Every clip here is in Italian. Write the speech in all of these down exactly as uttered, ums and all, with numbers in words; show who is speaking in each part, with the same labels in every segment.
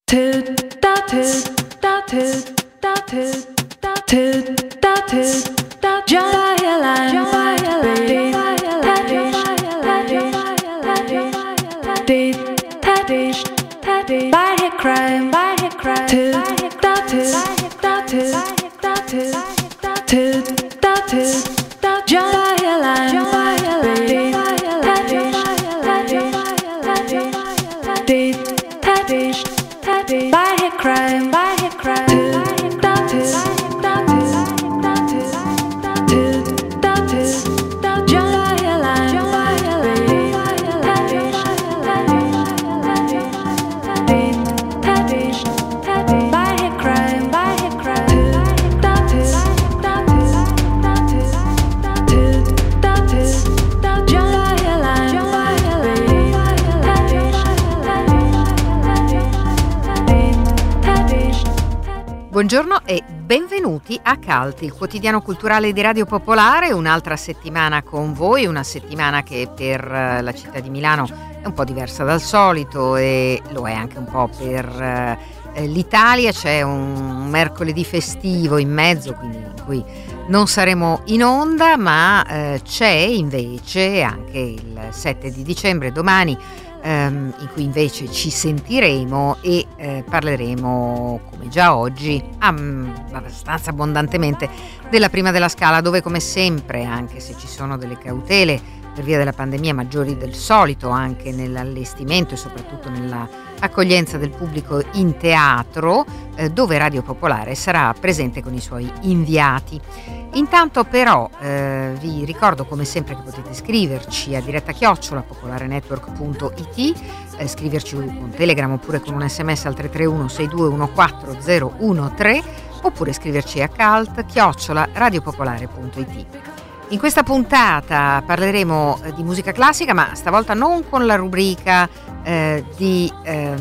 Speaker 1: Buongiorno e benvenuti a Cult, il quotidiano culturale di Radio Popolare. Un'altra settimana con voi, una settimana che per la città di Milano è un po' diversa dal solito e lo è anche un po' per eh, l'Italia. C'è un mercoledì festivo in mezzo, quindi in cui non saremo in onda, ma eh, c'è invece anche il sette di dicembre, domani, Um, in cui invece ci sentiremo e eh, parleremo, come già oggi, um, abbastanza abbondantemente della Prima della Scala, dove come sempre, anche se ci sono delle cautele per via della pandemia maggiori del solito anche nell'allestimento e soprattutto nella accoglienza del pubblico in teatro, eh, dove Radio Popolare sarà presente con i suoi inviati. Intanto però eh, vi ricordo come sempre che potete scriverci a diretta chiocciola popolarenetwork punto it, eh, scriverci con Telegram oppure con un sms al tre tre uno sei due uno quattro zero uno tre oppure scriverci a cult chiocciola radiopopolare punto it. In questa puntata parleremo eh, di musica classica, ma stavolta non con la rubrica eh, di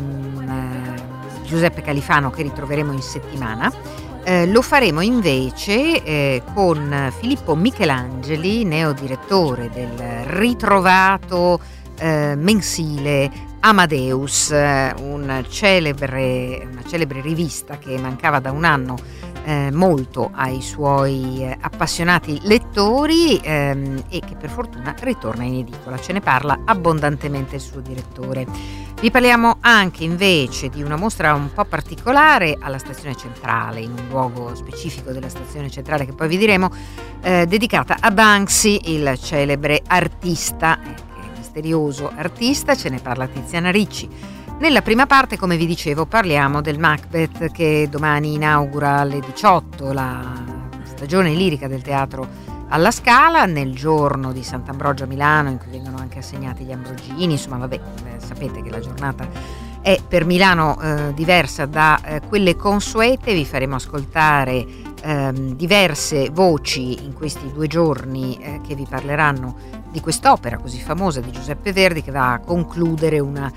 Speaker 1: ehm, Giuseppe Califano che ritroveremo in settimana. Eh, lo faremo invece eh, con Filippo Michelangeli, neodirettore del ritrovato eh, mensile Amadeus, eh, un celebre, una celebre rivista che mancava da un anno eh, molto ai suoi eh, appassionati lettori ehm, e che per fortuna ritorna in edicola. Ce ne parla abbondantemente il suo direttore. Vi parliamo anche invece di una mostra un po' particolare alla stazione centrale, in un luogo specifico della stazione centrale che poi vi diremo, eh, dedicata a Banksy, il celebre artista, eh, misterioso artista. Ce ne parla Tiziana Ricci. Nella prima parte, come vi dicevo, parliamo del Macbeth che domani inaugura alle diciotto la stagione lirica del teatro alla Scala, nel giorno di Sant'Ambrogio a Milano, in cui vengono anche assegnati gli Ambrogini. Insomma, vabbè, eh, sapete che la giornata è per Milano eh, diversa da eh, quelle consuete. Vi faremo ascoltare eh, diverse voci in questi due giorni eh, che vi parleranno di quest'opera così famosa di Giuseppe Verdi, che va a concludere una,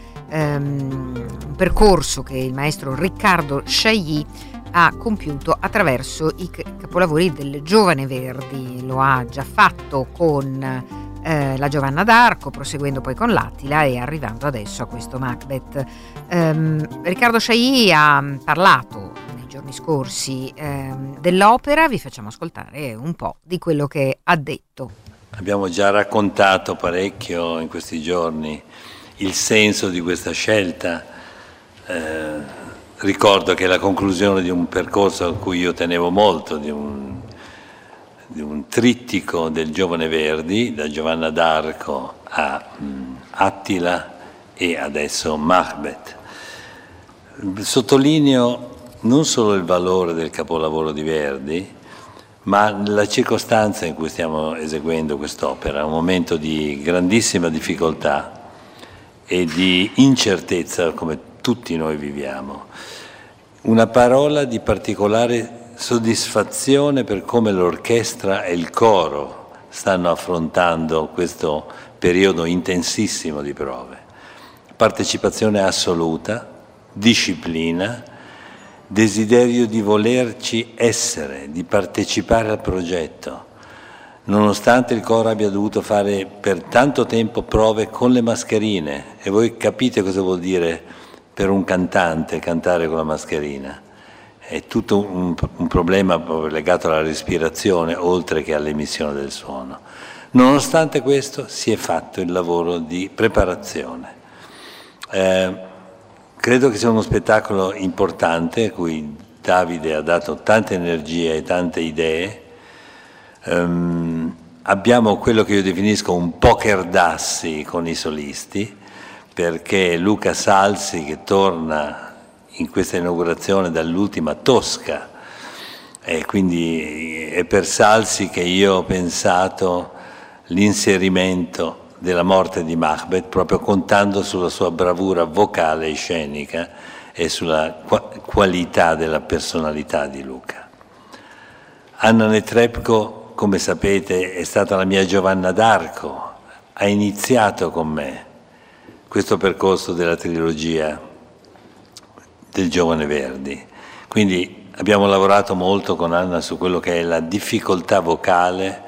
Speaker 1: um, un percorso che il maestro Riccardo Chailly ha compiuto attraverso i capolavori del giovane Verdi. Lo ha già fatto con eh, la Giovanna d'Arco, proseguendo poi con l'Attila e arrivando adesso a questo Macbeth. Um, Riccardo Chailly ha parlato nei giorni scorsi um, dell'opera. Vi facciamo ascoltare un po' di quello che ha detto.
Speaker 2: Abbiamo già raccontato parecchio in questi giorni il senso di questa scelta. Eh, ricordo che è la conclusione di un percorso a cui io tenevo molto, di un, di un trittico del giovane Verdi, da Giovanna d'Arco a mh, Attila e adesso Macbeth. Sottolineo non solo il valore del capolavoro di Verdi, ma la circostanza in cui stiamo eseguendo quest'opera, un momento di grandissima difficoltà e di incertezza come tutti noi viviamo. Una parola di particolare soddisfazione per come l'orchestra e il coro stanno affrontando questo periodo intensissimo di prove. Partecipazione assoluta, disciplina, desiderio di volerci essere, di partecipare al progetto, nonostante il coro abbia dovuto fare per tanto tempo prove con le mascherine. E voi capite cosa vuol dire per un cantante cantare con la mascherina. È tutto un, un problema legato alla respirazione, oltre che all'emissione del suono. Nonostante questo si è fatto il lavoro di preparazione. Eh, credo che sia uno spettacolo importante a cui Davide ha dato tante energie e tante idee. Um, abbiamo quello che io definisco un poker d'assi con i solisti, perché Luca Salsi, che torna in questa inaugurazione dall'ultima Tosca, e quindi è per Salsi che io ho pensato l'inserimento della morte di Macbeth, proprio contando sulla sua bravura vocale e scenica e sulla qualità della personalità di Luca. Anna Netrebko, come sapete, è stata la mia Giovanna d'Arco, ha iniziato con me questo percorso della trilogia del giovane Verdi. Quindi abbiamo lavorato molto con Anna su quello che è la difficoltà vocale,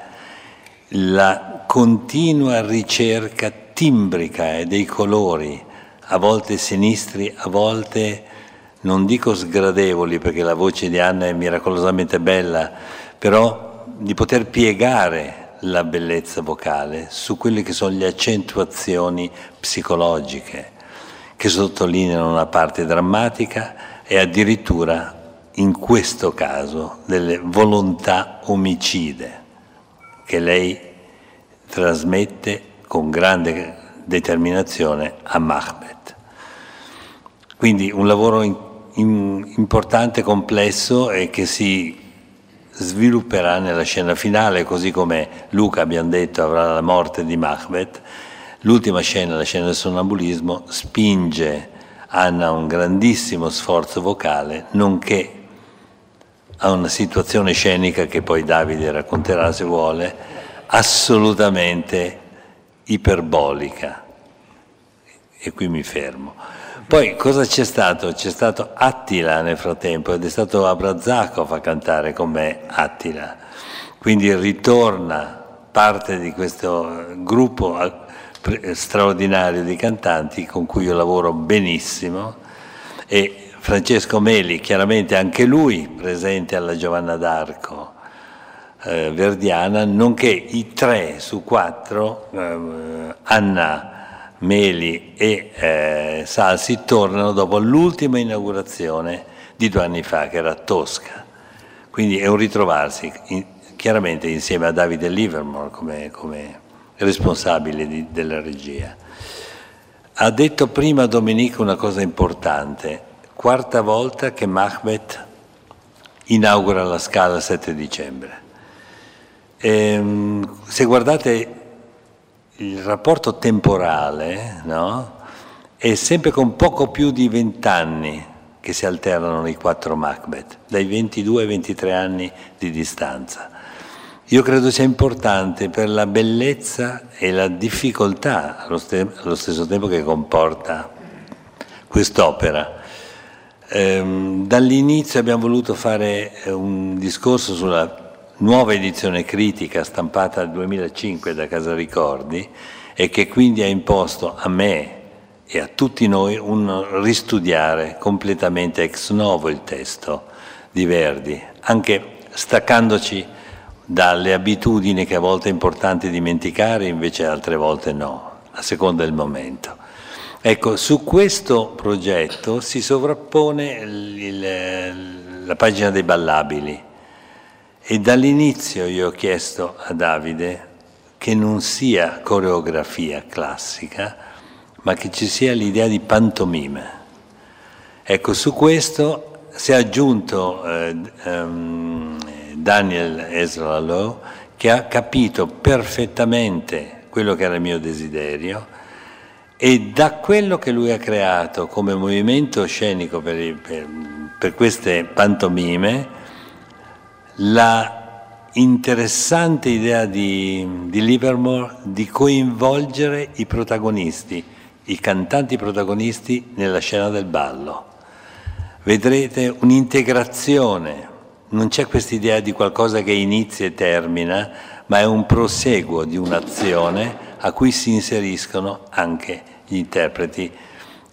Speaker 2: la continua ricerca timbrica e dei colori, a volte sinistri, a volte non dico sgradevoli, perché la voce di Anna è miracolosamente bella, però di poter piegare la bellezza vocale su quelle che sono le accentuazioni psicologiche, che sottolineano una parte drammatica e addirittura, in questo caso, delle volontà omicide che lei trasmette con grande determinazione a Macbeth. Quindi un lavoro in, in, importante, complesso e che si svilupperà nella scena finale, così come Luca, abbiamo detto, avrà la morte di Macbeth. L'ultima scena, la scena del sonnambulismo, spinge Anna a un grandissimo sforzo vocale, nonché a una situazione scenica che poi Davide racconterà se vuole, assolutamente iperbolica. E qui mi fermo. Poi cosa c'è stato? C'è stato Attila nel frattempo, ed è stato Abrazakov a cantare con me Attila. Quindi ritorna parte di questo gruppo straordinario di cantanti con cui io lavoro benissimo, e Francesco Meli, chiaramente anche lui presente alla Giovanna d'Arco eh, verdiana, nonché i tre su quattro, eh, Anna, Meli e eh, Salsi, tornano dopo l'ultima inaugurazione di due anni fa, che era Tosca. Quindi è un ritrovarsi, in, chiaramente insieme a Davide Livermore come, come responsabile di, della regia. Ha detto prima Domenico una cosa importante: quarta volta che Macbeth inaugura la Scala sette dicembre. E, se guardate il rapporto temporale, no? È sempre con poco più di vent'anni che si alternano i quattro Macbeth, dai ventidue ai ventitré anni di distanza. Io credo sia importante per la bellezza e la difficoltà allo, st- allo stesso tempo che comporta quest'opera. Ehm, dall'inizio abbiamo voluto fare un discorso sulla nuova edizione critica stampata nel duemilacinque da Casa Ricordi, e che quindi ha imposto a me e a tutti noi un ristudiare completamente ex novo il testo di Verdi, anche staccandoci dalle abitudini che a volte è importante dimenticare, invece altre volte no, a seconda del momento. Ecco, su questo progetto si sovrappone il, il, la pagina dei ballabili, e dall'inizio io ho chiesto a Davide che non sia coreografia classica, ma che ci sia l'idea di pantomime. Ecco, su questo si è aggiunto eh, um, Daniel Ezra Lalo, che ha capito perfettamente quello che era il mio desiderio, e da quello che lui ha creato come movimento scenico per, per, per queste pantomime, la interessante idea di, di Livermore di coinvolgere i protagonisti, i cantanti protagonisti nella scena del ballo. Vedrete un'integrazione, non c'è quest'idea di qualcosa che inizia e termina, ma è un proseguo di un'azione a cui si inseriscono anche gli interpreti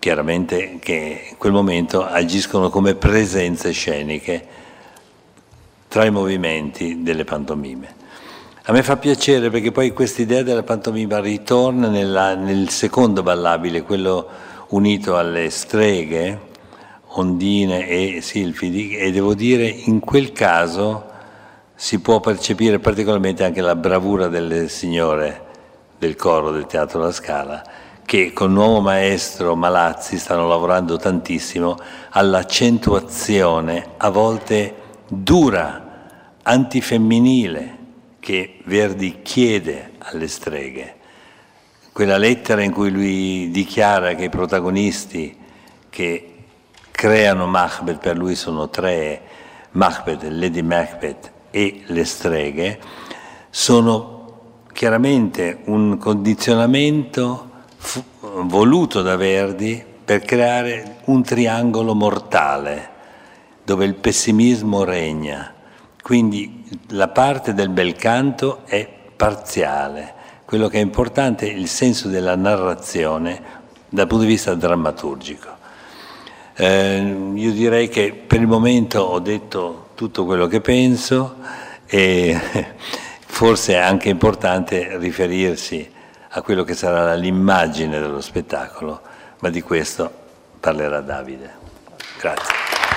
Speaker 2: chiaramente che in quel momento agiscono come presenze sceniche tra i movimenti delle pantomime. A me fa piacere perché poi questa idea della pantomima ritorna nella, nel secondo ballabile, quello unito alle streghe, Ondine e Silfidi, e devo dire in quel caso si può percepire particolarmente anche la bravura delle signore del coro del Teatro La Scala, che con il nuovo maestro Malazzi stanno lavorando tantissimo all'accentuazione a volte dura, antifemminile, che Verdi chiede alle streghe. Quella lettera in cui lui dichiara che i protagonisti che creano Macbeth per lui sono tre, Macbeth, Lady Macbeth e le streghe, sono chiaramente un condizionamento fu- voluto da Verdi per creare un triangolo mortale dove il pessimismo regna. Quindi la parte del bel canto è parziale, quello che è importante è il senso della narrazione dal punto di vista drammaturgico. Eh, io direi che per il momento ho detto tutto quello che penso e forse è anche importante riferirsi a quello che sarà l'immagine dello spettacolo, ma di questo parlerà Davide. Grazie.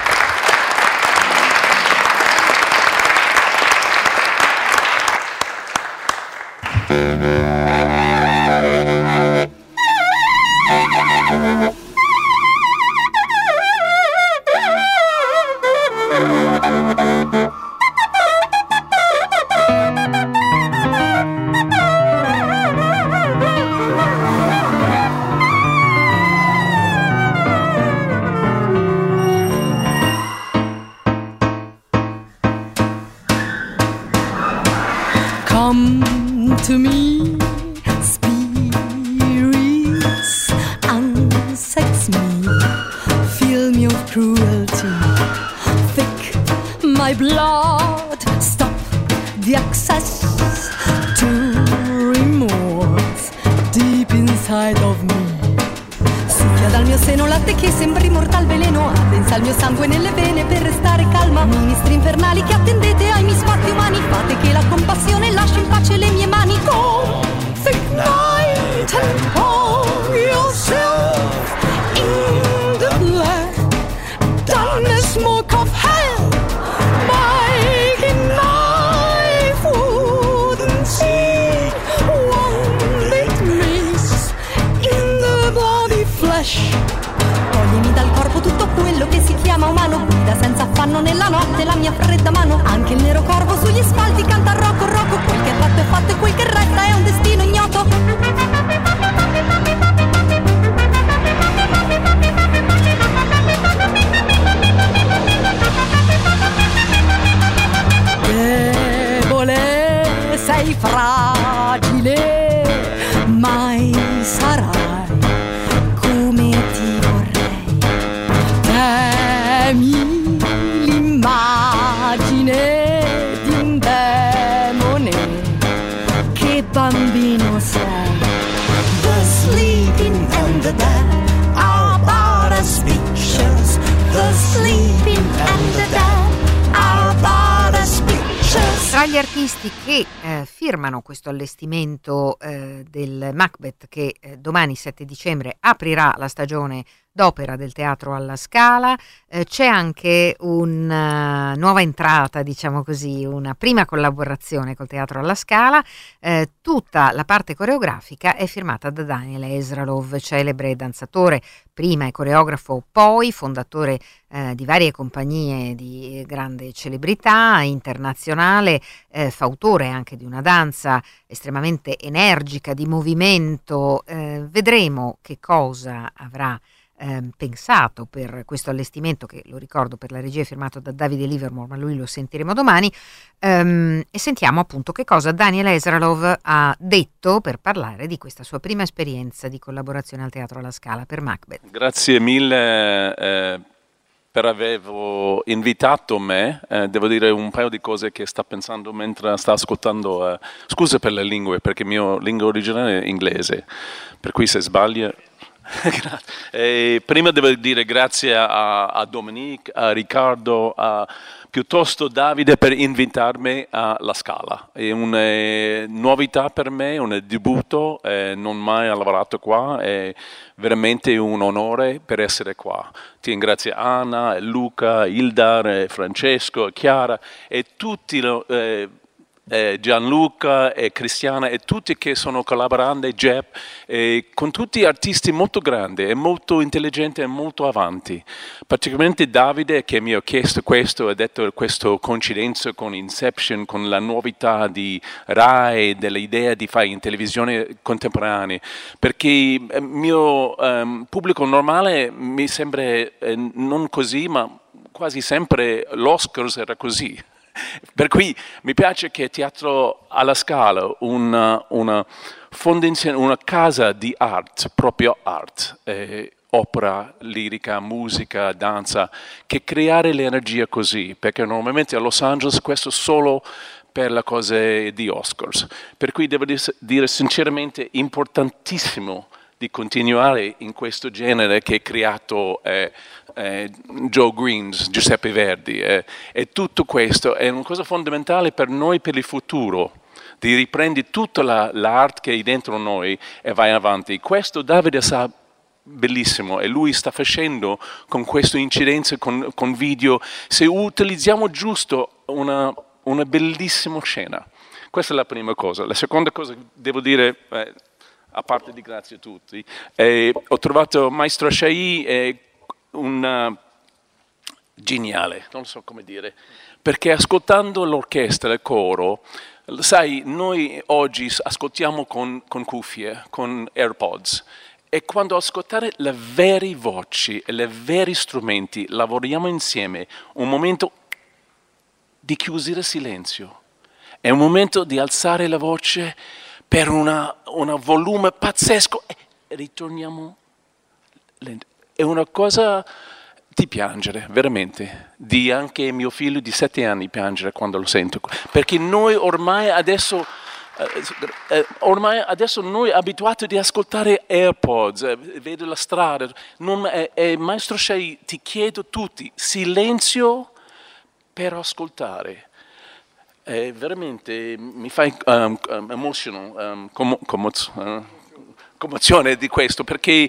Speaker 3: Come to me, spirits, unsex me, fill me of cruelty, thick my blood, stop the access to remorse deep inside of me. Succhia dal mio seno latte che sembri mortal veleno, addensa il mio sangue nelle vene per restare calma. Ministri infernali che attendete ai miei spazi umani, fate che la compassione lasci in pace le mie mani. Go, thick night and pour yourself in the black darkness smoke of hell. My knife wouldn't see one bit miss in the bloody flesh. Toglimi dal corpo tutto quello che si chiama umano, guida senza affanno nella notte la mia fredda mano. Anche il nero corvo sugli spalti canta rocco rocco, quel che è fatto è fatto e quel che resta è un destino ignoto. Debole, sei fragile, mai sarai come ti vorrei. Temi l'immagine di un demone, che bambino sei. The sleeping and the dead are but as pictures. The sleeping and the dead are but as pictures.
Speaker 1: Tra gli artisti che eh, firmano questo allestimento eh, del Macbeth, che eh, domani sette dicembre aprirà la stagione d'opera del Teatro alla Scala, eh, c'è anche una uh, nuova entrata, diciamo così, una prima collaborazione col Teatro alla Scala. Eh, tutta la parte coreografica è firmata da Daniel Ezralov, celebre danzatore, prima e coreografo, poi fondatore eh, di varie compagnie di grande celebrità internazionale, eh, fautore anche di una danza estremamente energica, di movimento. Eh, vedremo che cosa avrà Eh, pensato per questo allestimento, che lo ricordo per la regia è firmato da Davide Livermore, ma lui lo sentiremo domani, ehm, e sentiamo appunto che cosa Daniel Ezralov ha detto per parlare di questa sua prima esperienza di collaborazione al Teatro alla Scala per Macbeth.
Speaker 4: Grazie mille eh, per aver invitato me. Eh, devo dire un paio di cose che sta pensando mentre sta ascoltando. Eh, scusa per le lingue, perché il mio lingua originale è inglese, per cui se sbaglio E prima devo dire grazie a, a Dominique, a Riccardo, a piuttosto Davide per invitarmi alla Scala. È una novità per me, un debutto, eh, non mai ho lavorato qua, è veramente un onore per essere qua. Ti ringrazio Anna, Luca, Ildar, Francesco, Chiara e tutti eh, Eh, Gianluca e Cristiana e tutti che sono collaborando, Jeb, eh, con tutti artisti molto grandi e molto intelligenti e molto avanti. Particolarmente Davide che mi ha chiesto questo, ha detto questa coincidenza con Inception, con la novità di Rai, dell'idea di fare in televisione contemporanea, perché il mio um, pubblico normale mi sembra eh, non così, ma quasi sempre l'Oscars era così. Per cui mi piace che Teatro alla Scala, una, una fondazione, una casa di arte, proprio arte, eh, opera lirica, musica, danza, che creare l'energia così, perché normalmente a Los Angeles questo solo per le cose di Oscars. Per cui devo dire sinceramente importantissimo di continuare in questo genere che ha creato eh, eh, Joe Greens, Giuseppe Verdi. Eh, e tutto questo è una cosa fondamentale per noi, per il futuro, di riprendere tutta la, l'arte che è dentro noi e vai avanti. Questo Davide sa bellissimo e lui sta facendo con questa incidenza, con, con video, se utilizziamo giusto una, una bellissima scena. Questa è la prima cosa. La seconda cosa che devo dire... Eh, a parte di grazie a tutti, eh, ho trovato Maestro Shai eh, un uh, geniale, non so come dire, perché ascoltando l'orchestra, il coro, sai, noi oggi ascoltiamo con, con cuffie, con AirPods, e quando ascoltare le vere voci e i veri strumenti, lavoriamo insieme, un momento di chiudere silenzio, è un momento di alzare la voce per un volume pazzesco e ritorniamo lento. È una cosa di piangere, veramente, di anche mio figlio di sette anni piangere quando lo sento, perché noi ormai adesso, eh, ormai adesso noi abituati ad ascoltare AirPods, eh, vedo la strada, non, eh, eh, Maestro Shai, ti chiedo tutti, silenzio per ascoltare. Eh, veramente mi fa um, um, emotional, um, commo- commoz- uh, commozione di questo, perché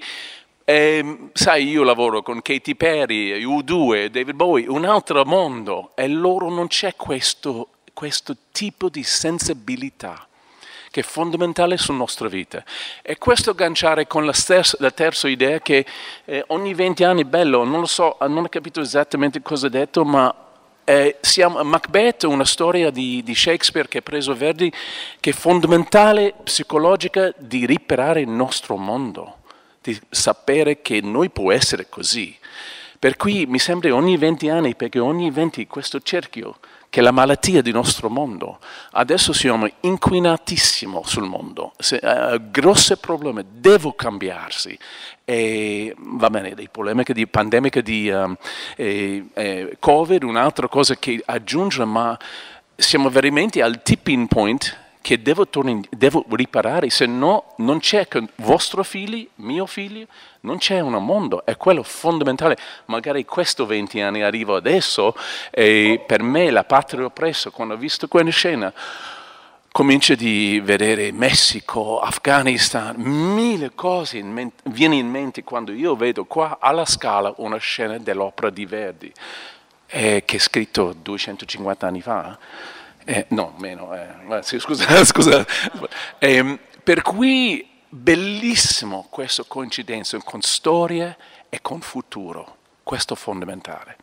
Speaker 4: eh, sai, io lavoro con Katy Perry, U due, David Bowie, un altro mondo, e loro non c'è questo, questo tipo di sensibilità che è fondamentale sulla nostra vita. E questo agganciare con la, stessa, la terza idea che eh, ogni venti anni, bello, non lo so, non ho capito esattamente cosa ha detto, ma Eh, siamo, Macbeth è una storia di, di Shakespeare che ha preso Verdi, che è fondamentale, psicologica, di riparare il nostro mondo, di sapere che noi può essere così. Per cui mi sembra ogni venti anni, perché ogni venti questo cerchio, che è la malattia del nostro mondo. Adesso siamo inquinatissimo sul mondo, Se, uh, grossi problemi, devo cambiarsi. E, va bene, dei polemiche di pandemica di um, eh, eh, Covid, un'altra cosa che aggiunge, ma siamo veramente al tipping point che devo, tornare, devo riparare, se no non c'è con vostro figlio, mio figlio, non c'è un mondo, è quello fondamentale. Magari questo venti anni arrivo adesso e per me la patria oppressa, quando ho visto quella scena, comincio di vedere Messico, Afghanistan, mille cose in mente, viene in mente quando io vedo qua alla Scala una scena dell'opera di Verdi, eh, che è scritto duecentocinquanta anni fa. Eh, no, meno, eh, sì, scusa, scusa. Eh, per cui bellissimo questa coincidenza con storia e con futuro, questo è fondamentale.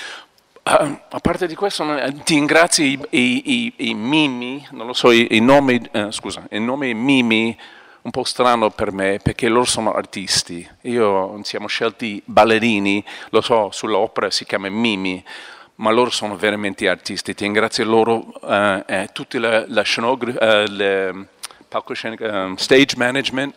Speaker 4: Uh, a parte di questo, ti ringrazio i, i, i, i mimi, non lo so, i, i nomi, eh, scusa, i nomi mimi un po' strano per me, perché loro sono artisti. Io siamo scelti ballerini, lo so, sull'opera si chiama mimi, ma loro sono veramente artisti. Ti ringrazio loro, uh, eh, tutti la, la scenografia, uh, le palcoscenico, um, stage management,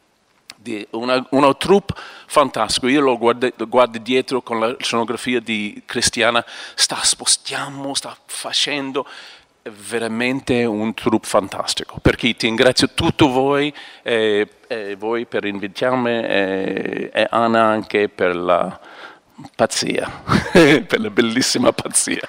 Speaker 4: di una, una troupe fantastico. Io lo guardo, lo guardo dietro con la scenografia di Cristiana, sta spostiamo, sta facendo, è veramente un troupe fantastico, perché ti ringrazio tutti voi, e, e voi per invitarmi e, e Anna anche per la pazzia, per la bellissima pazzia.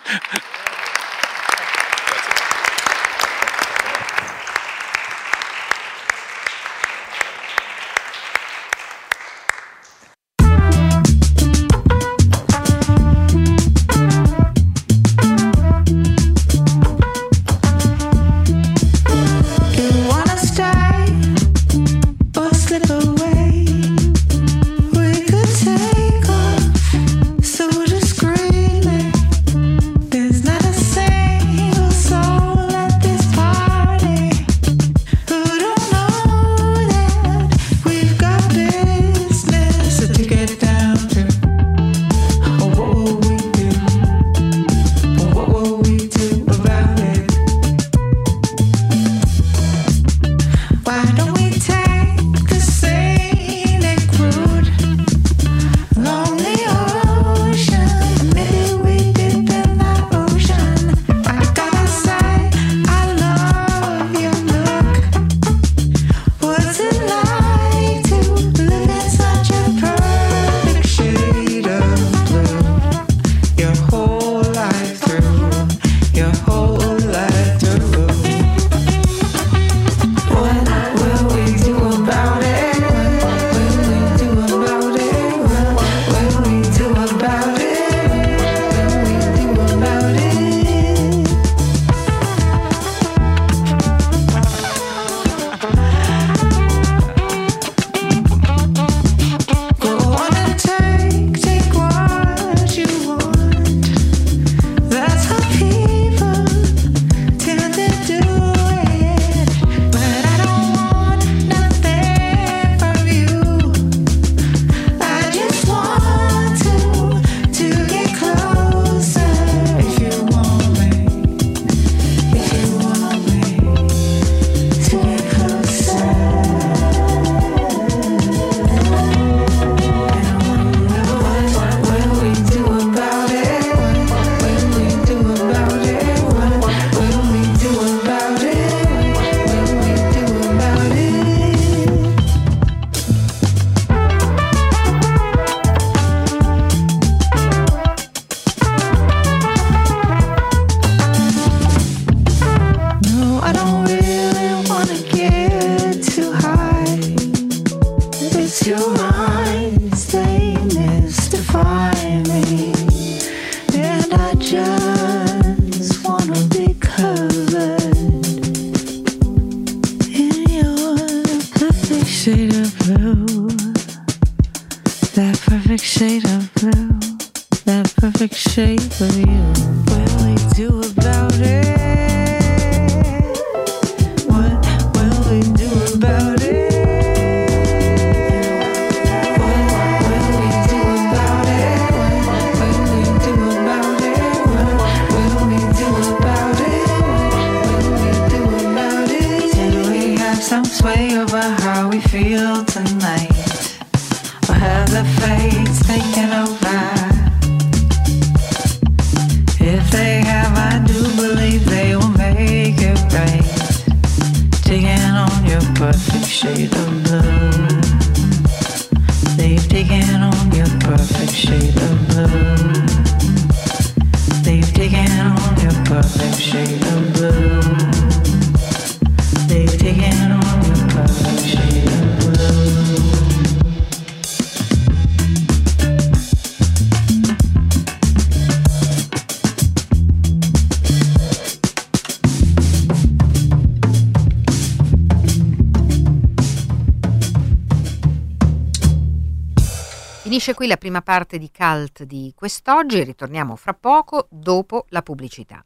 Speaker 1: Finisce qui la prima parte di Cult di quest'oggi, ritorniamo fra poco dopo la pubblicità.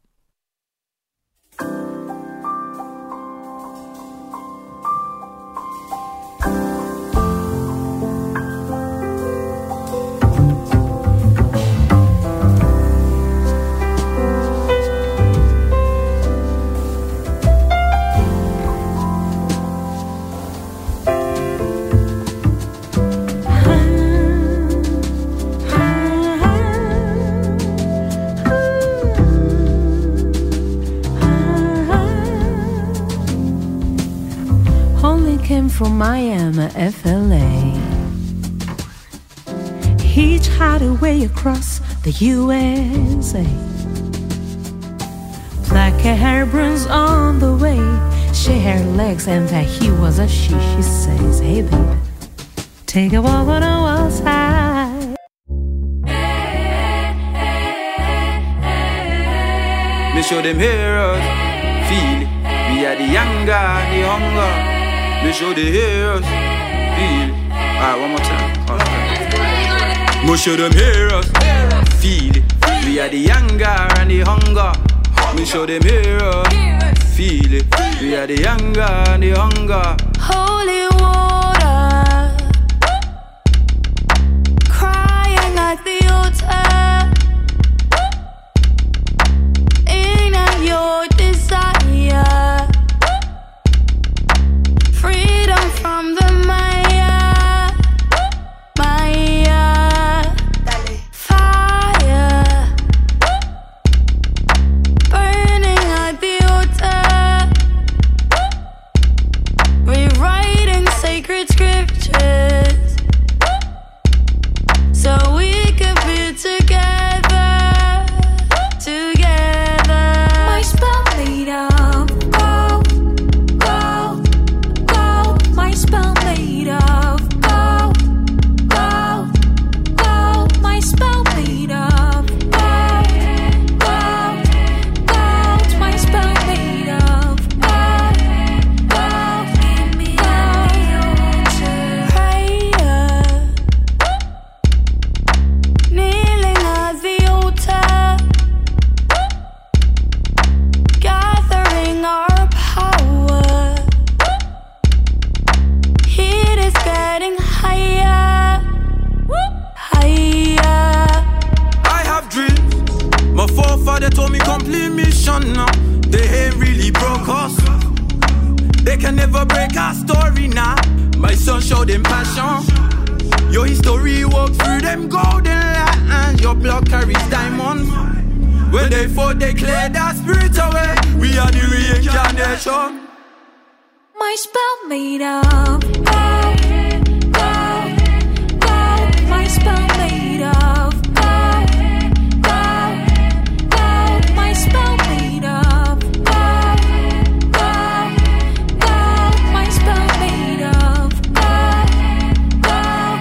Speaker 3: Ah from Miami, F L A. Hitchhiked away across the U S A. Black hair burns on the way. She had legs and that he was a she. She says, hey baby, take a walk on the outside.
Speaker 5: Me show them heroes, feel it. We are the younger, the hunger. Me show the heroes, feel it. Alright, one more time. One more time. Me show them heroes, feel it. We are the younger and the hunger. Me show them heroes, feel it. We are the younger and the hunger.
Speaker 6: Holy water, crying at the altar. In your desire, freedom from the Maya, Maya, fire, burning at the altar, rewriting sacred scriptures, so we could be together, together. My spell made of gold, gold, gold. My spell made of gold, gold, gold. My spell made of gold, gold, gold. My spell made of gold, gold, gold. Prayer, kneeling at the altar, gathering our power. Heat is getting higher, higher.
Speaker 5: I have dreams. My forefather told me complete mission now. They ain't really broke us. They can never break our story now. My son showed them passion. Your history walk through them golden lines. Your blood carries diamonds. When they fought, they cleared our spirit away. We are the reincarnation.
Speaker 6: My spell made of gold, gold, gold. My spell made of gold, gold, gold. My spell made of gold, gold, gold. My spell made of gold, gold,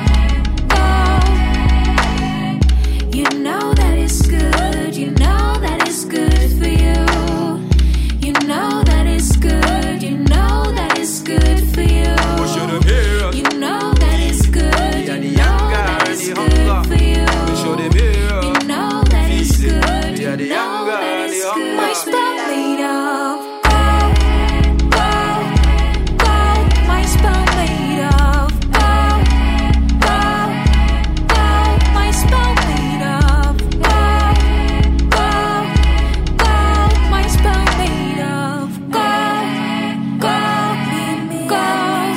Speaker 6: gold. You know that it's good. You know that it's good for you. You know that it's good. You know that it's good for you.
Speaker 5: Push them heroes.
Speaker 6: You know that it's good.
Speaker 5: We are the
Speaker 6: You know
Speaker 5: younger
Speaker 6: that
Speaker 5: and
Speaker 6: it's
Speaker 5: the
Speaker 6: good
Speaker 5: hunger.
Speaker 6: for you.
Speaker 5: We show them heroes.
Speaker 6: You know that it's
Speaker 5: Feel it.
Speaker 6: good.
Speaker 5: We are the
Speaker 6: You know
Speaker 5: younger
Speaker 6: that
Speaker 5: and
Speaker 6: it's
Speaker 5: the
Speaker 6: good.
Speaker 5: hunger.
Speaker 6: My spell made of gold, gold, gold. My spell made of gold, gold, gold. My spell made of gold, gold, gold. My spell made of gold, gold, gold.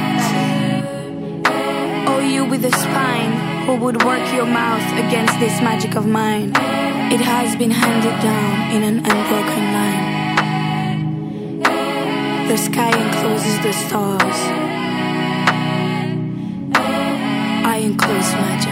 Speaker 6: Oh, you with a spine, who would work your mouth against this magic of mine? It has been handed down in an unbroken line. The sky encloses the stars. I enclose magic.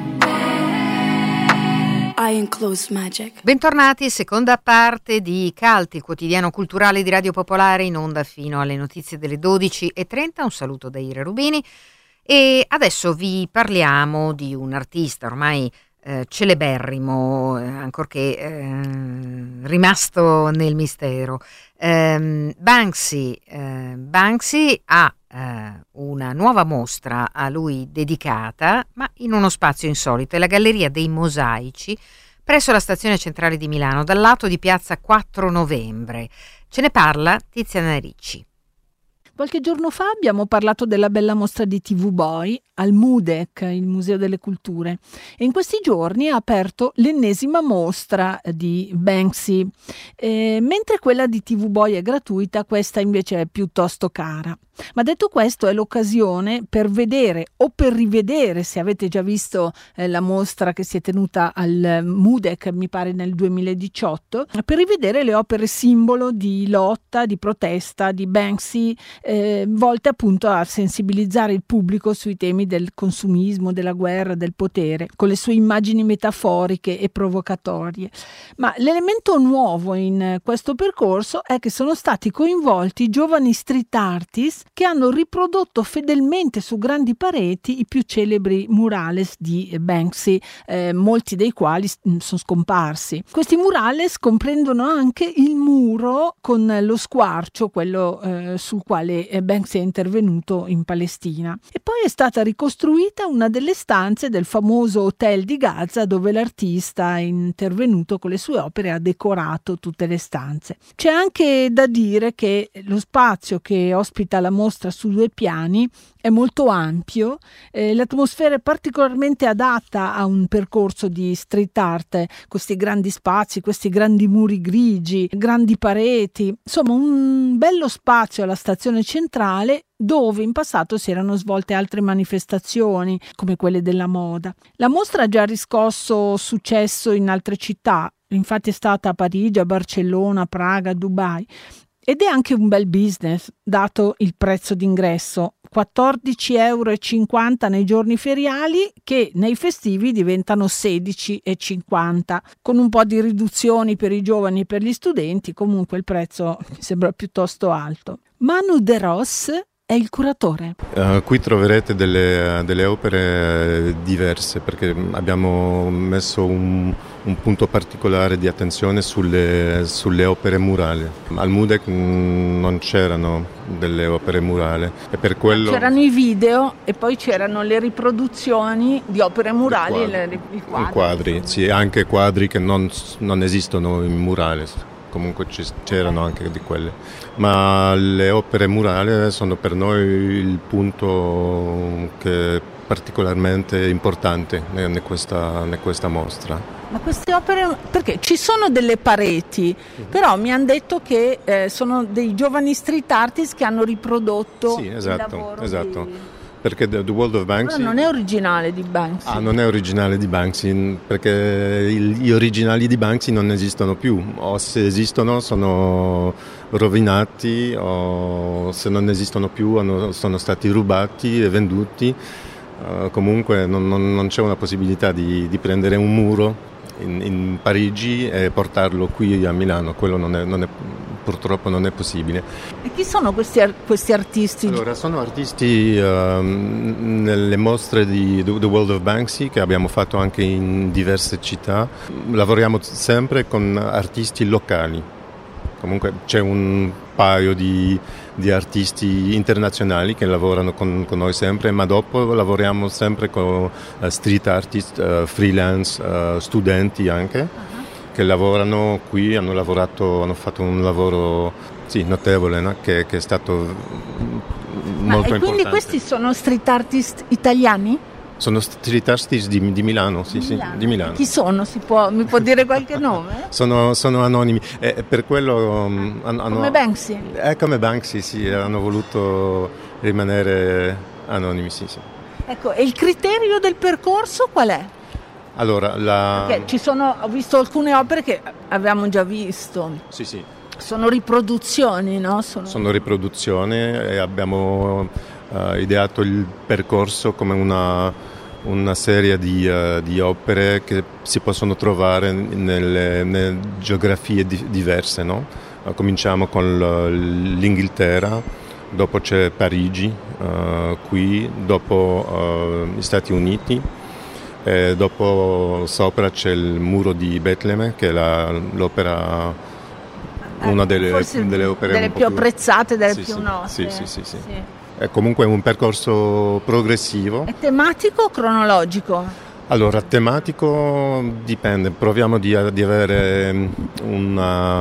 Speaker 6: I enclose magic.
Speaker 1: Bentornati, seconda parte di Cult, il quotidiano culturale di Radio Popolare, in onda fino alle notizie delle dodici e trenta. Un saluto da Ira Rubini e adesso vi parliamo di un artista ormai eh, celeberrimo, eh, ancorché eh, rimasto nel mistero. Eh, Banksy, eh, Banksy ha eh, una nuova mostra a lui dedicata, ma in uno spazio insolito, è la Galleria dei Mosaici presso la stazione centrale di Milano, dal lato di piazza quattro novembre. Ce ne parla Tiziana Ricci.
Speaker 7: Qualche giorno fa abbiamo parlato della bella mostra di T V Boy al MUDEC, il Museo delle Culture, e in questi giorni ha aperto l'ennesima mostra di Banksy. Eh, mentre quella di T V Boy è gratuita, questa invece è piuttosto cara. Ma detto questo, è l'occasione per vedere o per rivedere, se avete già visto eh, la mostra che si è tenuta al MUDEC, mi pare nel duemiladiciotto, per rivedere le opere simbolo di lotta, di protesta di Banksy, eh, volte appunto a sensibilizzare il pubblico sui temi del consumismo, della guerra, del potere, con le sue immagini metaforiche e provocatorie. Ma l'elemento nuovo in questo percorso è che sono stati coinvolti giovani street artist che hanno riprodotto fedelmente su grandi pareti i più celebri murales di Banksy, eh, molti dei quali sono scomparsi. Questi murales comprendono anche il muro con lo squarcio, quello eh, sul quale Banksy è intervenuto in Palestina. E poi è stata ricostruita una delle stanze del famoso hotel di Gaza, dove l'artista è intervenuto con le sue opere e ha decorato tutte le stanze. C'è anche da dire che lo spazio che ospita la mostra su due piani è molto ampio, eh, l'atmosfera è particolarmente adatta a un percorso di street art, questi grandi spazi, questi grandi muri grigi, grandi pareti, insomma un bello spazio alla stazione centrale dove in passato si erano svolte altre manifestazioni come quelle della moda. La mostra ha già riscosso successo in altre città, infatti è stata a Parigi, a Barcellona, a Praga, a Dubai. Ed è anche un bel business, dato il prezzo d'ingresso, quattordici euro e cinquanta nei giorni feriali, che nei festivi diventano sedici e cinquanta, con un po' di riduzioni per i giovani e per gli studenti. Comunque il prezzo mi sembra piuttosto alto. Manu De Ros è il curatore.
Speaker 8: Uh, qui troverete delle, delle opere diverse, perché abbiamo messo un, un punto particolare di attenzione sulle, sulle opere murali. Al MUDEC non c'erano delle opere murali e per quello
Speaker 7: c'erano i video e poi c'erano le riproduzioni di opere murali,
Speaker 8: i quadri,
Speaker 7: le, i quadri.
Speaker 8: I quadri, sì, anche quadri che non, non esistono in murales. Comunque c'erano anche di quelle, ma le opere murali sono per noi il punto che è particolarmente importante in questa, in questa mostra.
Speaker 7: Ma queste opere, perché ci sono delle pareti, però mi hanno detto che eh, sono dei giovani street artist che hanno riprodotto
Speaker 8: sì, esatto,
Speaker 7: il lavoro
Speaker 8: esatto.
Speaker 7: di...
Speaker 8: Perché The World of Banksy...
Speaker 7: Però non è originale di Banksy.
Speaker 8: Ah, non è originale di Banksy, perché gli originali di Banksy non esistono più, o se esistono sono rovinati, o se non esistono più hanno, sono stati rubati e venduti. Uh, comunque non, non, non c'è una possibilità di, di prendere un muro in, in Parigi e portarlo qui a Milano, quello non è, non è, purtroppo non è possibile.
Speaker 7: E chi sono questi, questi artisti?
Speaker 8: Allora, sono artisti uh, nelle mostre di The World of Banksy che abbiamo fatto anche in diverse città. Lavoriamo sempre con artisti locali. Comunque c'è un paio di, di artisti internazionali che lavorano con, con noi sempre, ma dopo lavoriamo sempre con uh, street artist, uh, freelance, uh, studenti anche, uh-huh. che lavorano qui, hanno lavorato, hanno fatto un lavoro sì, notevole, no? che, che è stato molto
Speaker 7: ma,
Speaker 8: importante.
Speaker 7: E quindi questi sono street artist italiani?
Speaker 8: Sono street artist di, di Milano, sì, di, Milano. Sì, di Milano.
Speaker 7: Chi sono? Si può, mi può dire qualche nome?
Speaker 8: sono, sono anonimi, e per quello um, hanno,
Speaker 7: come Banksy?
Speaker 8: È come Banksy, sì, hanno voluto rimanere anonimi, sì, sì.
Speaker 7: Ecco, e il criterio del percorso qual è?
Speaker 8: Allora, la...
Speaker 7: Perché ci sono, ho visto alcune opere che avevamo già visto.
Speaker 8: Sì, sì.
Speaker 7: Sono riproduzioni, no? Sono,
Speaker 8: sono riproduzioni e abbiamo... Uh, ideato il percorso come una, una serie di, uh, di opere che si possono trovare nelle, nelle geografie di, diverse, no? Uh, cominciamo con l'Inghilterra, dopo c'è Parigi, uh, qui, dopo uh, gli Stati Uniti, e dopo sopra c'è il muro di Betlemme, che è la, l'opera, una delle, delle opere
Speaker 7: delle
Speaker 8: un po'
Speaker 7: più apprezzate, delle
Speaker 8: sì,
Speaker 7: più
Speaker 8: sì,
Speaker 7: note.
Speaker 8: Sì, sì, sì, sì.
Speaker 7: sì.
Speaker 8: È comunque un percorso progressivo.
Speaker 7: È tematico o cronologico?
Speaker 8: Allora, tematico dipende, proviamo di, di avere una,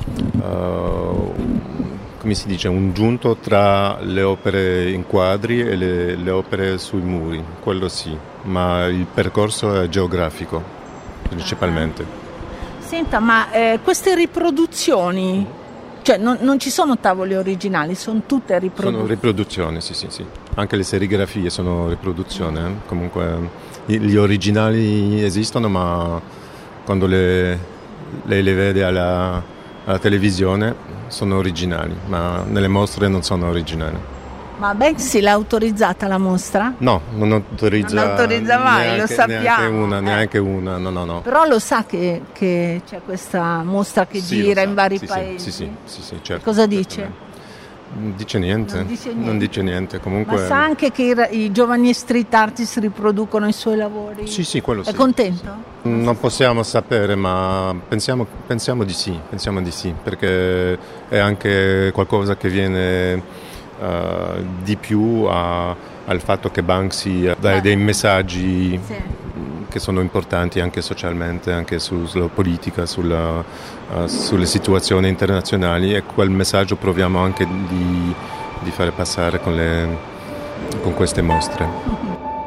Speaker 8: uh, come si dice, un giunto tra le opere in quadri e le, le opere sui muri, quello sì, ma il percorso è geografico principalmente.
Speaker 7: Senta, ma eh, queste riproduzioni Cioè non, non ci sono tavole originali, sono tutte riproduzioni.
Speaker 8: Sono riproduzioni, sì, sì, sì. Anche le serigrafie sono riproduzioni. Eh? Comunque gli originali esistono, ma quando le, lei le vede alla, alla televisione sono originali, ma nelle mostre non sono originali.
Speaker 7: Ma Banksy l'ha autorizzata la mostra?
Speaker 8: No, non autorizza,
Speaker 7: non autorizza mai,
Speaker 8: neanche,
Speaker 7: lo sappiamo.
Speaker 8: Neanche una,
Speaker 7: eh.
Speaker 8: neanche una, no, no, no.
Speaker 7: Però lo sa che, che c'è questa mostra che
Speaker 8: Sì,
Speaker 7: gira
Speaker 8: lo sa.
Speaker 7: in vari
Speaker 8: sì,
Speaker 7: paesi?
Speaker 8: Sì, sì, sì, sì, certo.
Speaker 7: Cosa dice?
Speaker 8: Non dice niente.
Speaker 7: Non dice niente.
Speaker 8: Non dice niente. Comunque...
Speaker 7: Ma sa anche che i, i giovani street artist riproducono i suoi lavori?
Speaker 8: Sì, sì, quello sì.
Speaker 7: È contento?
Speaker 8: Non possiamo sapere, ma pensiamo, pensiamo di sì, pensiamo di sì, perché è anche qualcosa che viene uh, di più a, al fatto che Banksy dà dei messaggi sì. che sono importanti anche socialmente, anche su, sulla politica, sulla, uh, sulle situazioni internazionali, e quel messaggio proviamo anche di, di fare passare con, le, con queste mostre.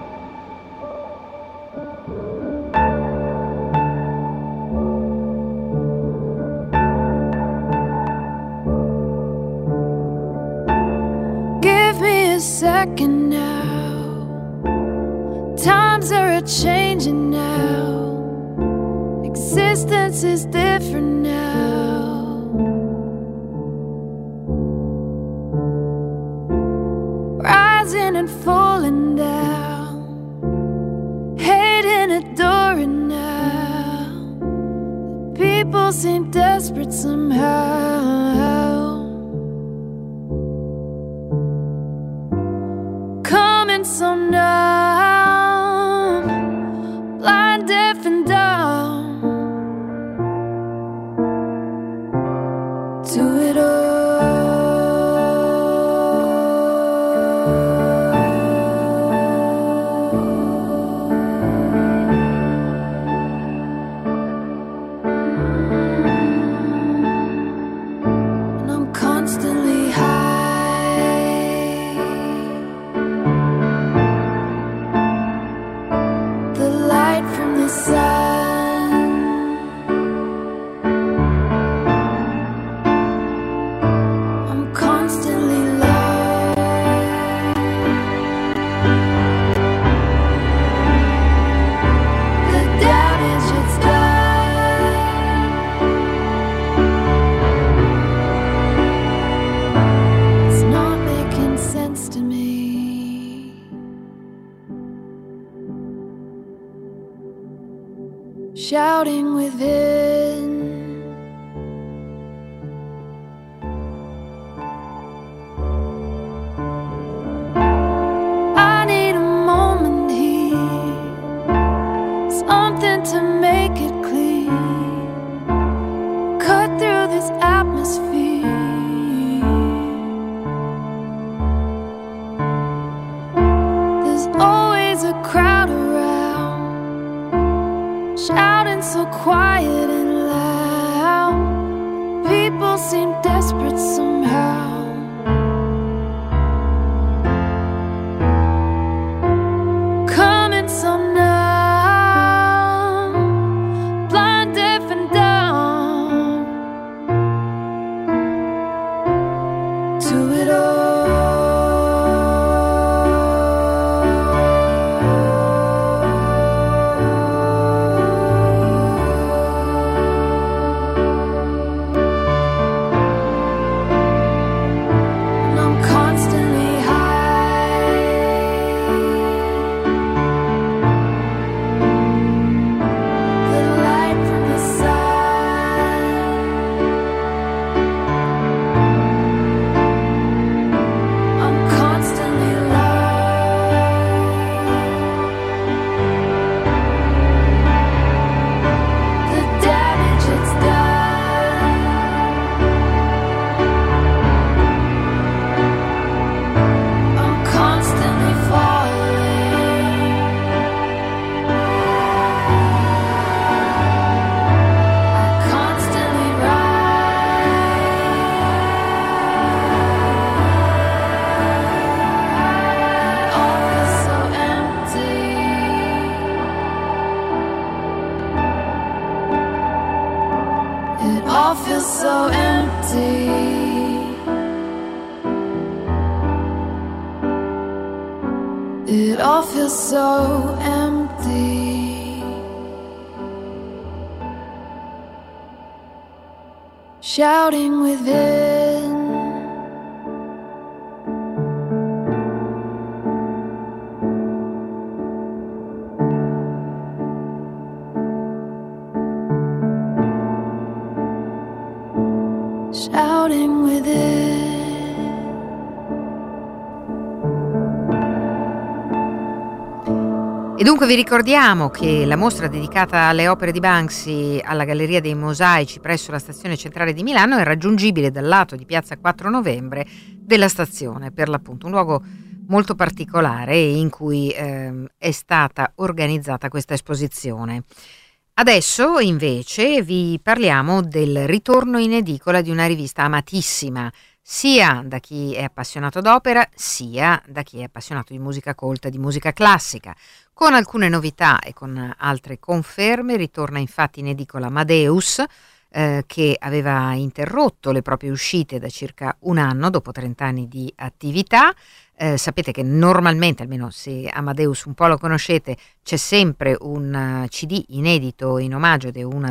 Speaker 6: Second now, times are a-changing now, existence is different now, rising and falling down, hating, adoring now, people seem desperate somehow. So numb, blind, deaf and dumb to it all. And I'm constantly high. Shouting within, I need a moment here, something to make it clear, cut through this atmosphere. There's always a crowd around, shouting so quiet all feels so empty. It all feels so empty. Shouting within, shouting within.
Speaker 1: E dunque vi ricordiamo che la mostra dedicata alle opere di Banksy alla Galleria dei Mosaici presso la stazione centrale di Milano è raggiungibile dal lato di piazza quattro novembre della stazione, per l'appunto un luogo molto particolare in cui eh, è stata organizzata questa esposizione. Adesso invece vi parliamo del ritorno in edicola di una rivista amatissima sia da chi è appassionato d'opera sia da chi è appassionato di musica colta, di musica classica. Con alcune novità e con altre conferme ritorna infatti in edicola Amadeus, eh, che aveva interrotto le proprie uscite da circa un anno dopo trenta anni di attività. Eh, sapete che normalmente, almeno se Amadeus un po' lo conoscete, c'è sempre un uh, C D inedito in omaggio ed è uno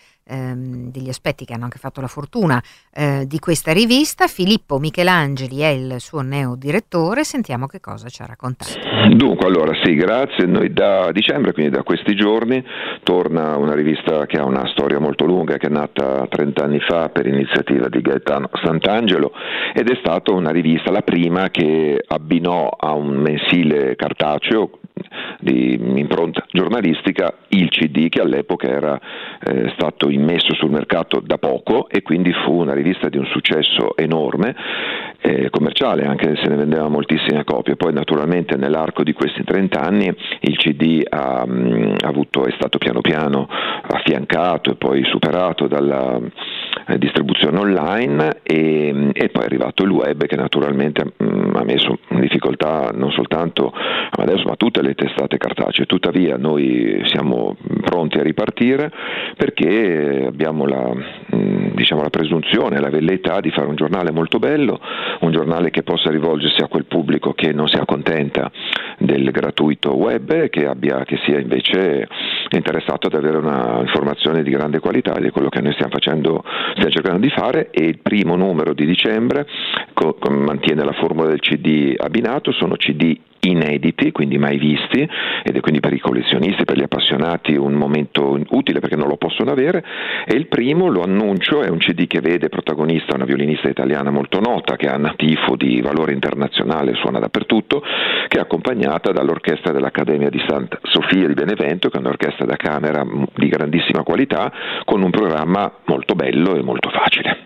Speaker 1: ehm, degli aspetti che hanno anche fatto la fortuna eh, di questa rivista. Filippo Michelangeli è il suo neo direttore, sentiamo che cosa ci ha raccontato.
Speaker 9: Dunque, allora sì, grazie. Noi da dicembre, quindi da questi giorni, torna una rivista che ha una storia molto lunga, che è nata trenta anni fa per iniziativa di Gaetano Sant'Angelo, ed è stata una rivista, la prima, che abbinò a un mensile cartaceo di impronta giornalistica il C D, che all'epoca era eh, stato immesso sul mercato da poco, e quindi fu una rivista di un successo enorme, eh, commerciale, anche se ne vendeva moltissime copie. Poi naturalmente nell'arco di questi trenta anni il C D ha, mh, avuto, è stato piano piano affiancato e poi superato dalla eh, distribuzione online, e, e poi è arrivato il web, che naturalmente mh, ha messo in difficoltà non soltanto Amadeus ma tutte le testate cartacee. Tuttavia noi siamo pronti a ripartire, perché abbiamo la, mh, diciamo, la presunzione, la velleità di fare un giornale molto bello, un giornale che possa rivolgersi a quel pubblico che non si accontenta del gratuito web, che abbia, che sia invece interessato ad avere una informazione di grande qualità, ed è quello che noi stiamo facendo, stiamo cercando di fare. E il primo numero di dicembre co- mantiene la formula del C D abbinato, sono C D inediti, quindi mai visti, ed è quindi per i collezionisti, per gli appassionati un momento utile, perché non lo possono avere. E il primo, lo annuncio, è un C D che vede protagonista una violinista italiana molto nota, che ha un tifo di valore internazionale, suona dappertutto, che è accompagnata dall'orchestra dell'Accademia di Santa Sofia di Benevento, che è un'orchestra da camera di grandissima qualità, con un programma molto bello e molto facile.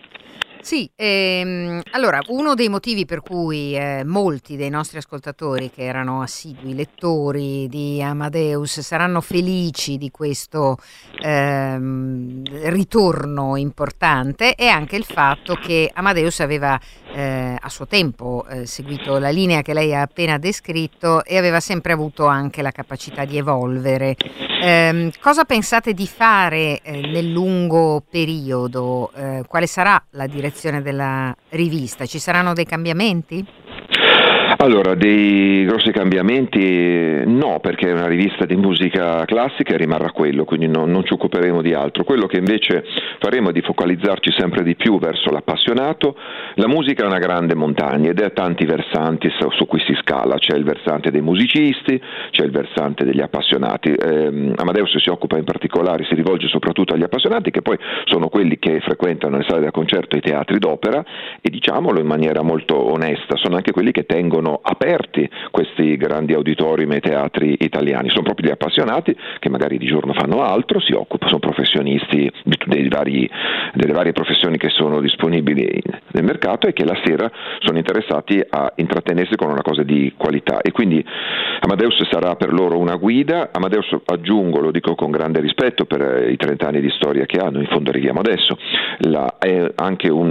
Speaker 1: Sì, ehm, allora uno dei motivi per cui eh, molti dei nostri ascoltatori, che erano assidui lettori di Amadeus, saranno felici di questo ehm, ritorno importante è anche il fatto che Amadeus aveva eh, a suo tempo eh, seguito la linea che lei ha appena descritto e aveva sempre avuto anche la capacità di evolvere. Eh, cosa pensate di fare eh, nel lungo periodo? Eh, quale sarà la direzione della rivista? Ci saranno dei cambiamenti?
Speaker 9: Allora, dei grossi cambiamenti no, perché è una rivista di musica classica e rimarrà quello, quindi no, non ci occuperemo di altro. Quello che invece faremo è di focalizzarci sempre di più verso l'appassionato. La musica è una grande montagna ed ha tanti versanti su, su cui si scala. C'è il versante dei musicisti, c'è il versante degli appassionati. Eh, Amadeus si occupa in particolare, si rivolge soprattutto agli appassionati, che poi sono quelli che frequentano le sale da concerto e i teatri d'opera, e diciamolo in maniera molto onesta, sono anche quelli che tengono aperti questi grandi auditorium e teatri italiani. Sono proprio gli appassionati che magari di giorno fanno altro, si occupano, sono professionisti di, dei vari, delle varie professioni che sono disponibili nel mercato, e che la sera sono interessati a intrattenersi con una cosa di qualità, e quindi Amadeus sarà per loro una guida. Amadeus, aggiungo, lo dico con grande rispetto per i trenta anni di storia che hanno, in fondo arriviamo adesso, la, è anche un,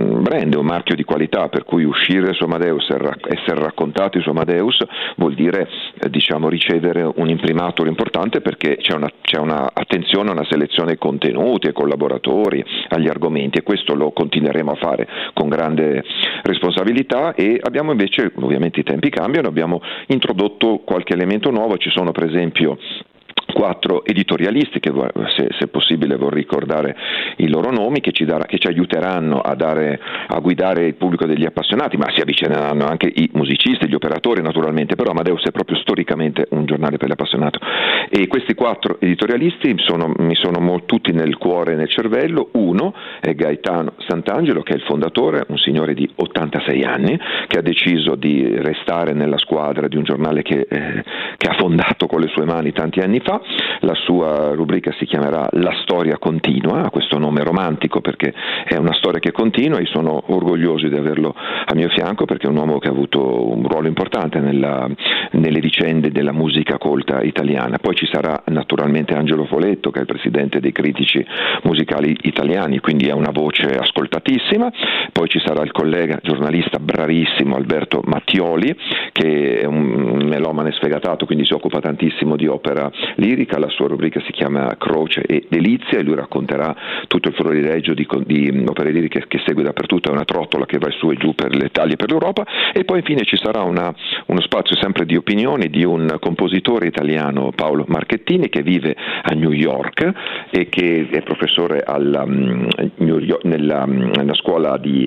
Speaker 9: un brand, un marchio di qualità, per cui uscire su Amadeus, essere raccontati su Amadeus vuol dire eh, diciamo ricevere un imprimatur importante, perché c'è una, c'è una attenzione a una selezione ai contenuti, ai collaboratori, agli argomenti, e questo lo continueremo a fare con grande responsabilità. E abbiamo invece, ovviamente i tempi cambiano, abbiamo introdotto qualche elemento nuovo. Ci sono per esempio quattro editorialisti che, se, se possibile, vorrei ricordare i loro nomi, che ci, darà, che ci aiuteranno a, dare, a guidare il pubblico degli appassionati, ma si avvicineranno anche i musicisti, gli operatori naturalmente, però Amadeus è proprio storicamente un giornale per gli appassionati. E questi quattro editorialisti sono, mi sono molto, tutti nel cuore e nel cervello. Uno è Gaetano Santangelo, che è il fondatore, un signore di ottantasei anni, che ha deciso di restare nella squadra di un giornale che, eh, che ha fondato con le sue mani tanti anni fa. La sua rubrica si chiamerà La storia continua, ha questo nome romantico perché è una storia che continua, e sono orgoglioso di averlo a mio fianco, perché è un uomo che ha avuto un ruolo importante nella, nelle vicende della musica colta italiana. Poi ci sarà naturalmente Angelo Foletto, che è il presidente dei critici musicali italiani, quindi è una voce ascoltatissima. Poi ci sarà il collega giornalista bravissimo Alberto Mattioli, che è un melomane sfegatato, quindi si occupa tantissimo di opera lirica. La sua rubrica si chiama Croce e Delizia, e lui racconterà tutto il florileggio di, di opere liriche che segue dappertutto. È una trottola che va su e giù per l'Italia e per l'Europa. E poi infine ci sarà una, uno spazio sempre di opinioni di un compositore italiano, Paolo Marchettini, che vive a New York e che è professore alla, um, New York, nella, nella scuola di,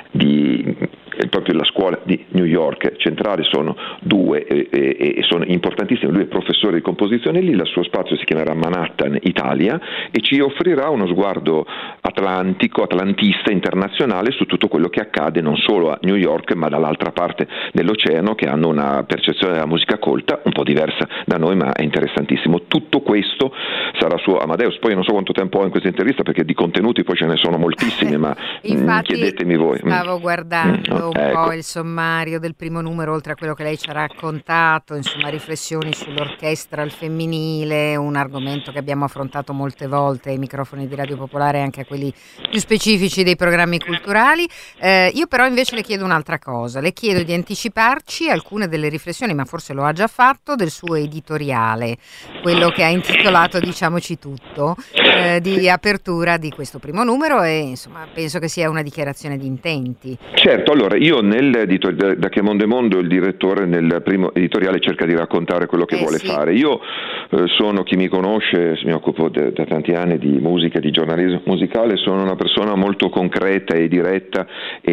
Speaker 9: di proprio la scuola di New York centrale. Sono due e, e, e sono importantissimi. Lui è professore di composizione lì, il suo spazio si chiamerà Manhattan Italia, e ci offrirà uno sguardo atlantico, atlantista, internazionale su tutto quello che accade non solo a New York ma dall'altra parte dell'oceano, che hanno una percezione della musica colta un po' diversa da noi, ma è interessantissimo. Tutto questo sarà su Amadeus. Poi non so quanto tempo ho in questa intervista, perché di contenuti poi ce ne sono moltissimi, ma
Speaker 1: infatti,
Speaker 9: chiedetemi voi.
Speaker 1: Stavo guardando
Speaker 9: Mm,
Speaker 1: un
Speaker 9: ecco.
Speaker 1: po' il sommario del primo numero, oltre a quello che lei ci ha raccontato, insomma riflessioni sull'orchestra al femminile, un argomento che abbiamo affrontato molte volte ai microfoni di Radio Popolare e anche a quelli più specifici dei programmi culturali. Eh, io però invece le chiedo un'altra cosa, le chiedo di anticiparci alcune delle riflessioni, ma forse lo ha già fatto, del suo editoriale, quello che ha intitolato Diciamoci tutto, eh, di apertura di questo primo numero, e insomma penso che sia una dichiarazione di intenti.
Speaker 9: Certo, allora io nell'editoriale, da Che Mondo è Mondo, il direttore nel primo editoriale cerca di raccontare quello che
Speaker 1: Eh,
Speaker 9: vuole
Speaker 1: sì.
Speaker 9: fare. Io eh, sono, chi mi conosce, mi occupo de, da tanti anni di musica, di giornalismo musicale, sono una persona molto concreta e diretta,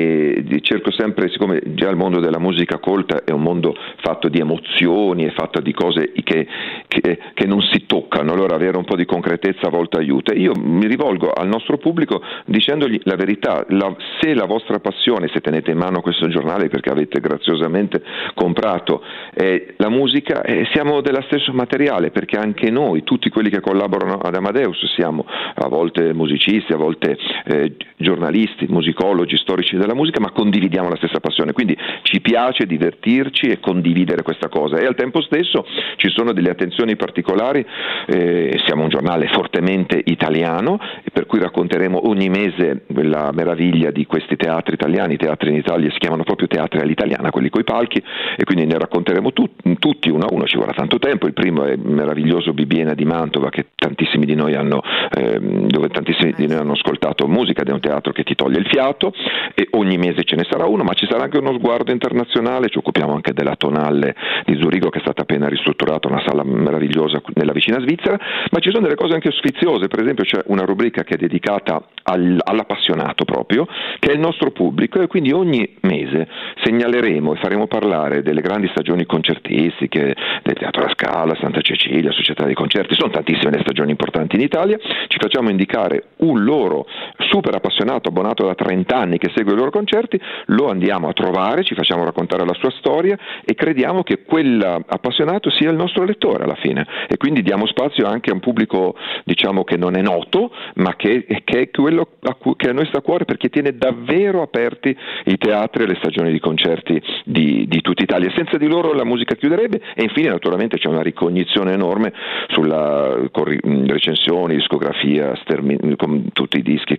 Speaker 9: e di- cerco sempre, siccome già il mondo della musica colta è un mondo fatto di emozioni, è fatto di cose che, che, che non si toccano, allora avere un po' di concretezza a volte aiuta. Io mi rivolgo al nostro pubblico dicendogli la verità: la, se la vostra passione, se tenete in mano questo giornale perché avete graziosamente comprato eh, la musica, eh, siamo dello stesso materiale, perché anche noi, tutti quelli che collaborano ad Amadeus, siamo a volte musicisti, a volte eh, giornalisti, musicologi, storici della musica, ma condividiamo la stessa passione, quindi ci piace divertirci e condividere questa cosa, e al tempo stesso ci sono delle attenzioni particolari. Eh, siamo un giornale fortemente italiano, per cui racconteremo ogni mese la meraviglia di questi teatri italiani. I teatri in Italia si chiamano proprio teatri all'italiana, quelli coi palchi, e quindi ne racconteremo tu, tutti uno a uno, ci vorrà tanto tempo. Il primo è il meraviglioso Bibbiena di Mantova, che tantissimi di noi hanno ehm, dove tantissimi di noi hanno ascoltato musica, ed è un teatro che ti toglie il fiato, e ogni mese ce ne sarà uno, ma ci sarà anche uno sguardo internazionale. Ci occupiamo anche della Tonale di Zurigo, che è stata appena ristrutturata, una sala meravigliosa nella vicina Svizzera, ma ci sono delle cose anche sfiziose. Per esempio c'è una rubrica che è dedicata al, all'appassionato proprio, che è il nostro pubblico, e quindi ogni mese segnaleremo e faremo parlare delle grandi stagioni concertistiche del Teatro La Scala, Santa Cecilia, Società dei Concerti. Sono tantissime le stagioni importanti in Italia. Ci facciamo indicare un loro super appassionato, abbonato da trenta anni, che segue i loro concerti, lo andiamo a trovare, ci facciamo raccontare la sua storia, e crediamo che quell'appassionato sia il nostro lettore alla fine, e quindi diamo spazio anche a un pubblico, diciamo, che non è noto, ma che, che è quello a cui, che a noi sta a cuore, perché tiene davvero aperti i teatri e le stagioni di concerti di, di tutta Italia. Senza di loro la musica chiuderebbe. E infine naturalmente c'è una ricognizione enorme sulla corri- recensioni, discografia, stermi- con tutti i dischi che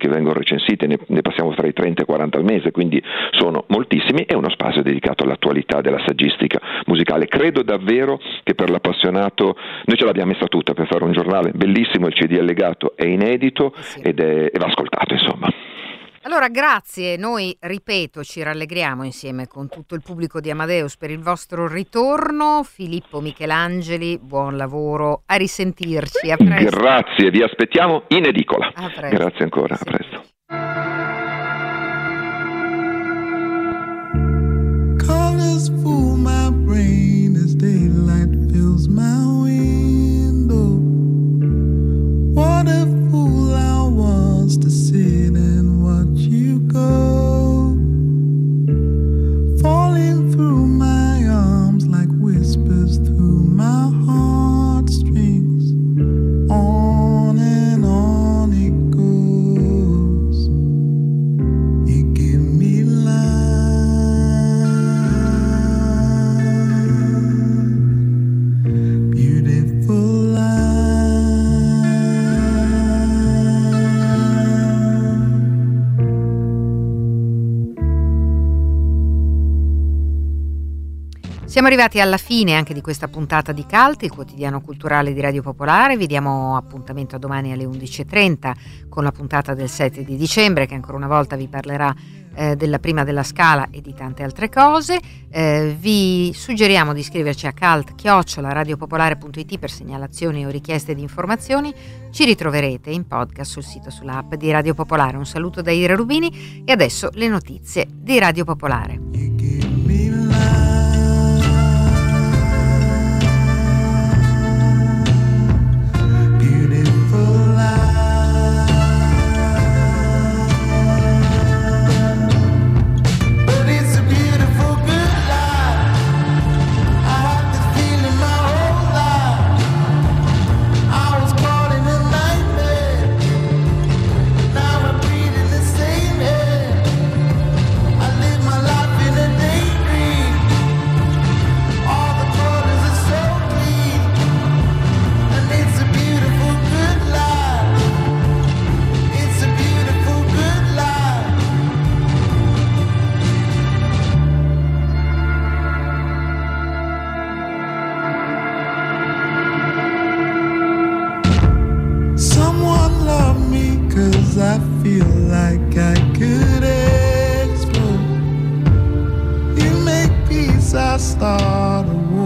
Speaker 9: che vengono recensiti, ne, ne passiamo tra i trenta e quaranta al mese, quindi sono moltissimi, e uno spazio dedicato all'attualità della saggistica musicale. Credo davvero che per l'appassionato, noi ce l'abbiamo messa tutta per fare un giornale bellissimo, il C D allegato è inedito sì. ed è, e va ascoltato, insomma.
Speaker 1: Allora grazie, noi ripeto ci rallegriamo insieme con tutto il pubblico di Amadeus per il vostro ritorno. Filippo Michelangeli, buon lavoro, a risentirci, a presto.
Speaker 9: Grazie, vi aspettiamo in edicola.
Speaker 1: A presto.
Speaker 9: Grazie ancora,
Speaker 1: sì.
Speaker 9: a presto.
Speaker 10: Colors fool my brain as daylight fills my window. What a fool I was to sit and watch you go, falling through my arms like whispers through my heartstrings. On and on it goes. You give me life, beautiful life.
Speaker 1: Siamo arrivati alla fine anche di questa puntata di Cult, il quotidiano culturale di Radio Popolare. Vi diamo appuntamento a domani alle undici e trenta con la puntata del sette di dicembre, che ancora una volta vi parlerà eh, della prima della Scala e di tante altre cose. Eh, vi suggeriamo di iscriverci a cult chiocciola radiopopolare punto it per segnalazioni o richieste di informazioni. Ci ritroverete in podcast sul sito, sull'app di Radio Popolare. Un saluto da Ira Rubini e adesso le notizie di Radio Popolare.
Speaker 10: I feel like I could explode. You make peace, I start a war.